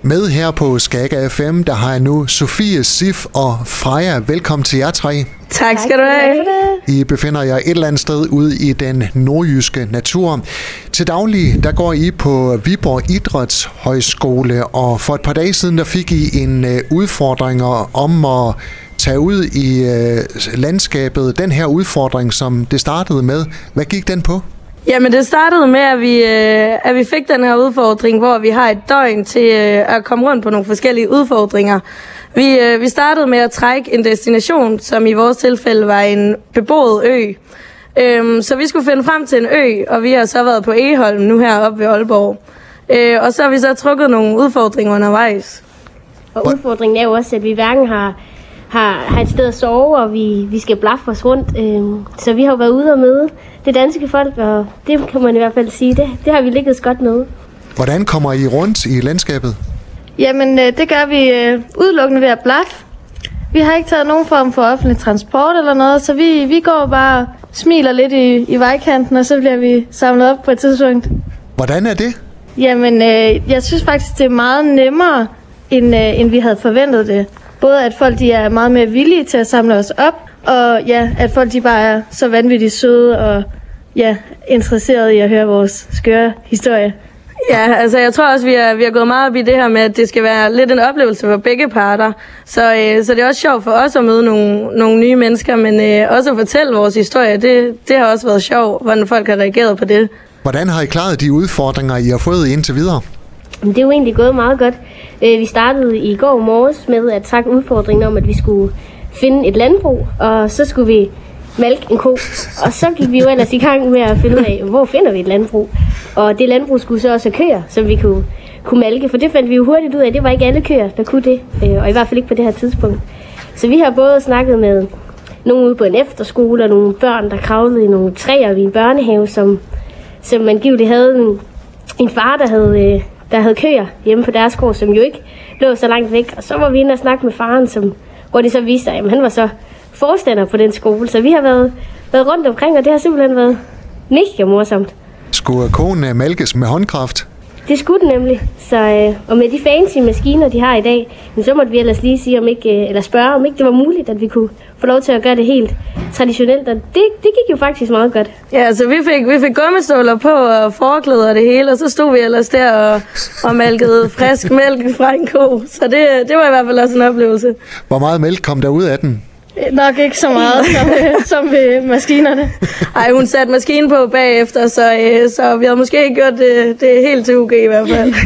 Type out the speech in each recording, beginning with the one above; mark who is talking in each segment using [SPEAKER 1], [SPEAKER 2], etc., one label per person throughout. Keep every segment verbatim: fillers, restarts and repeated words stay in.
[SPEAKER 1] Med her på Skaga F M, der har jeg nu Sofie, Sif og Freja. Velkommen til jer tre.
[SPEAKER 2] Tak skal du have.
[SPEAKER 1] I befinder jer et eller andet sted ude i den nordjyske natur. Til daglig, der går I på Viborg Idrætshøjskole, og for et par dage siden, der fik I en udfordring om at tage ud i landskabet. Den her udfordring, som det startede med, hvad gik den på?
[SPEAKER 2] Jamen det startede med, at vi, at vi fik den her udfordring, hvor vi har et døgn til at komme rundt på nogle forskellige udfordringer. Vi, vi startede med at trække en destination, som i vores tilfælde var en beboet ø. Så vi skulle finde frem til en ø, og vi har så været på Egholm nu heroppe ved Aalborg. Og så har vi så trukket nogle udfordringer undervejs.
[SPEAKER 3] Og udfordringen er jo også, at vi hverken har, har, har et sted at sove, og vi, vi skal blaffe os rundt. Så vi har været ude og møde det danske folk, og det kan man i hvert fald sige, det, det har vi lykkedes godt med.
[SPEAKER 1] Hvordan kommer I rundt i landskabet?
[SPEAKER 4] Jamen, det gør vi øh, udelukkende ved at blaffe. Vi har ikke taget nogen form for offentlig transport eller noget, så vi, vi går bare og smiler lidt i, i vejkanten, og så bliver vi samlet op på et tidspunkt.
[SPEAKER 1] Hvordan er det?
[SPEAKER 4] Jamen, øh, jeg synes faktisk, det er meget nemmere, end, øh, end vi havde forventet det. Både at folk de er meget mere villige til at samle os op, og ja, at folk de bare er så vanvittigt søde og ja, interesserede i at høre vores skøre historie.
[SPEAKER 2] Ja, altså jeg tror også, vi har, vi har gået meget op i det her med, at det skal være lidt en oplevelse for begge parter. Så, øh, så det er også sjovt for os at møde nogle, nogle nye mennesker, men øh, også at fortælle vores historie. Det, det har også været sjovt, hvordan folk har reageret på det.
[SPEAKER 1] Hvordan har I klaret de udfordringer, I har fået indtil videre?
[SPEAKER 3] Det er jo egentlig gået meget godt. Vi startede i går morges med at trække udfordringen om, at vi skulle finde et landbrug, og så skulle vi malke en ko. Og så gik vi jo ellers i gang med at finde ud af, hvor finder vi et landbrug. Og det landbrug skulle så også have køer, som vi kunne, kunne malke, for det fandt vi jo hurtigt ud af, det var ikke alle køer, der kunne det, og i hvert fald ikke på det her tidspunkt. Så vi har både snakket med nogen ude på en efterskole, og nogle børn, der kravlede i nogle træer ved en børnehave, som, som angiveligt havde en, en far, der havde, der havde køer hjemme på deres gård, som jo ikke lå så langt væk. Og så var vi inde og snakke med faren, som, hvor det så viste sig, at han var så forstander på den skole. Så vi har været, været rundt omkring, og det har simpelthen været mega morsomt.
[SPEAKER 1] Skulle konen malkes med håndkraft?
[SPEAKER 3] Det skulle den nemlig. Så, øh, og med de fancy maskiner, de har i dag, så måtte vi ellers lige sige, om ikke, øh, eller spørge, om ikke det var muligt, at vi kunne få lov til at gøre det helt traditionelt. Og det, det gik jo faktisk meget godt.
[SPEAKER 2] Ja, altså vi fik, vi fik gummistøvler på og forklæder og det hele, og så stod vi ellers der og, og malkede frisk mælk fra en ko. Så det, det var i hvert fald også en oplevelse.
[SPEAKER 1] Hvor meget mælk kom der ud af den?
[SPEAKER 4] Nok ikke så meget som, som ved maskinerne.
[SPEAKER 2] Ej, hun satte maskinen på bagefter, så, så vi havde måske ikke gjort det, det helt til U G i hvert fald.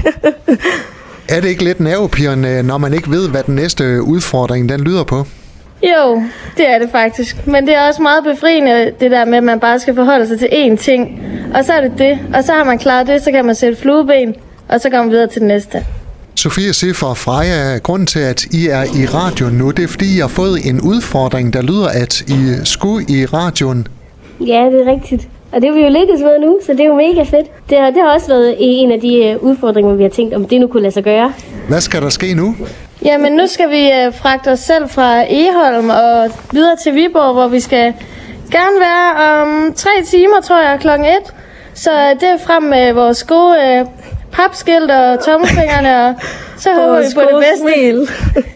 [SPEAKER 1] Er det ikke lidt nervepirrende, når man ikke ved, hvad den næste udfordring den lyder på?
[SPEAKER 4] Jo, det er det faktisk. Men det er også meget befriende, det der med, at man bare skal forholde sig til én ting. Og så er det det. Og så har man klaret det, så kan man sætte flueben, og så kommer man videre til det næste.
[SPEAKER 1] Sofie, Sif og Freja, grunden til, at I er i radioen nu, det er, fordi I har fået en udfordring, der lyder, at I skulle i radioen.
[SPEAKER 3] Ja, det er rigtigt. Og det er vi jo lykkedes med nu, så det er jo mega fedt. Det har, det har også været en af de udfordringer, vi har tænkt, om det nu kunne lade sig gøre.
[SPEAKER 1] Hvad skal der ske nu?
[SPEAKER 4] Jamen, nu skal vi fragte os selv fra Egholm og videre til Viborg, hvor vi skal gerne være om um, tre timer, tror jeg, klokken et. Så det er frem med vores gode papskilt og tommelfingrene, og så håber vi på det bedste.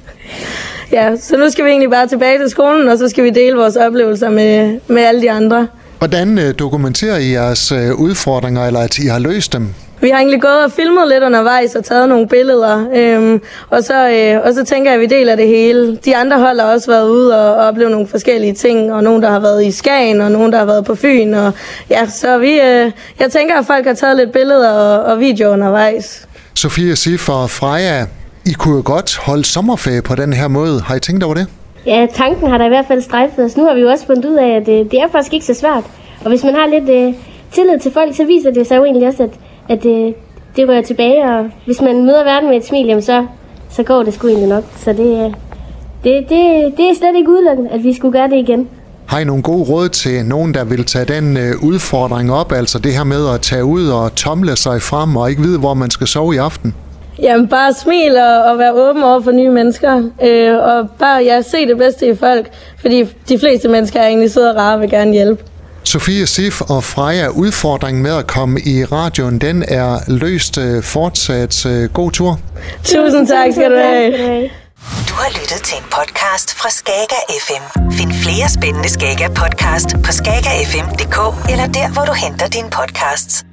[SPEAKER 2] Ja, så nu skal vi egentlig bare tilbage til skolen, og så skal vi dele vores oplevelser med, med alle de andre.
[SPEAKER 1] Hvordan dokumenterer I jeres udfordringer, eller at I har løst dem?
[SPEAKER 2] Vi har egentlig gået og filmet lidt undervejs og taget nogle billeder, øhm, og, så, øh, og så tænker jeg, at vi deler det hele. De andre hold har også været ude og, og oplevet nogle forskellige ting, og nogen, der har været i Skagen, og nogen, der har været på Fyn. Og, ja, så vi, øh, jeg tænker, at folk har taget lidt billeder og, og videoer undervejs.
[SPEAKER 1] Sofie, Sif og Freja, I kunne jo godt holde sommerferie på den her måde. Har I tænkt over det?
[SPEAKER 3] Ja, tanken har der i hvert fald strejfet os. Nu har vi jo også fundet ud af, at øh, det er faktisk ikke så svært. Og hvis man har lidt øh, tillid til folk, så viser det sig jo egentlig også, at at det, det rører tilbage, og hvis man møder verden med et smil, jamen så, så går det sgu egentlig nok. Så det, det, det, det er slet ikke udelukket, at vi skulle gøre det igen.
[SPEAKER 1] Har I nogle gode råd til nogen, der vil tage den øh, udfordring op, altså det her med at tage ud og tomle sig frem og ikke vide, hvor man skal sove i aften?
[SPEAKER 2] Jamen bare smil og, og være åben over for nye mennesker, øh, og bare ja, se det bedste i folk, fordi de fleste mennesker er egentlig søde og rare og vil gerne hjælpe.
[SPEAKER 1] Sofie, Sif og Freja, udfordringen med at komme i radioen, den er løst. Fortsat god tur.
[SPEAKER 2] Tusind tak skal du have.
[SPEAKER 5] Du har lyttet til en podcast fra Skager F M. Find flere spændende Skager podcast på skager f m punktum d k eller der, hvor du henter dine podcasts.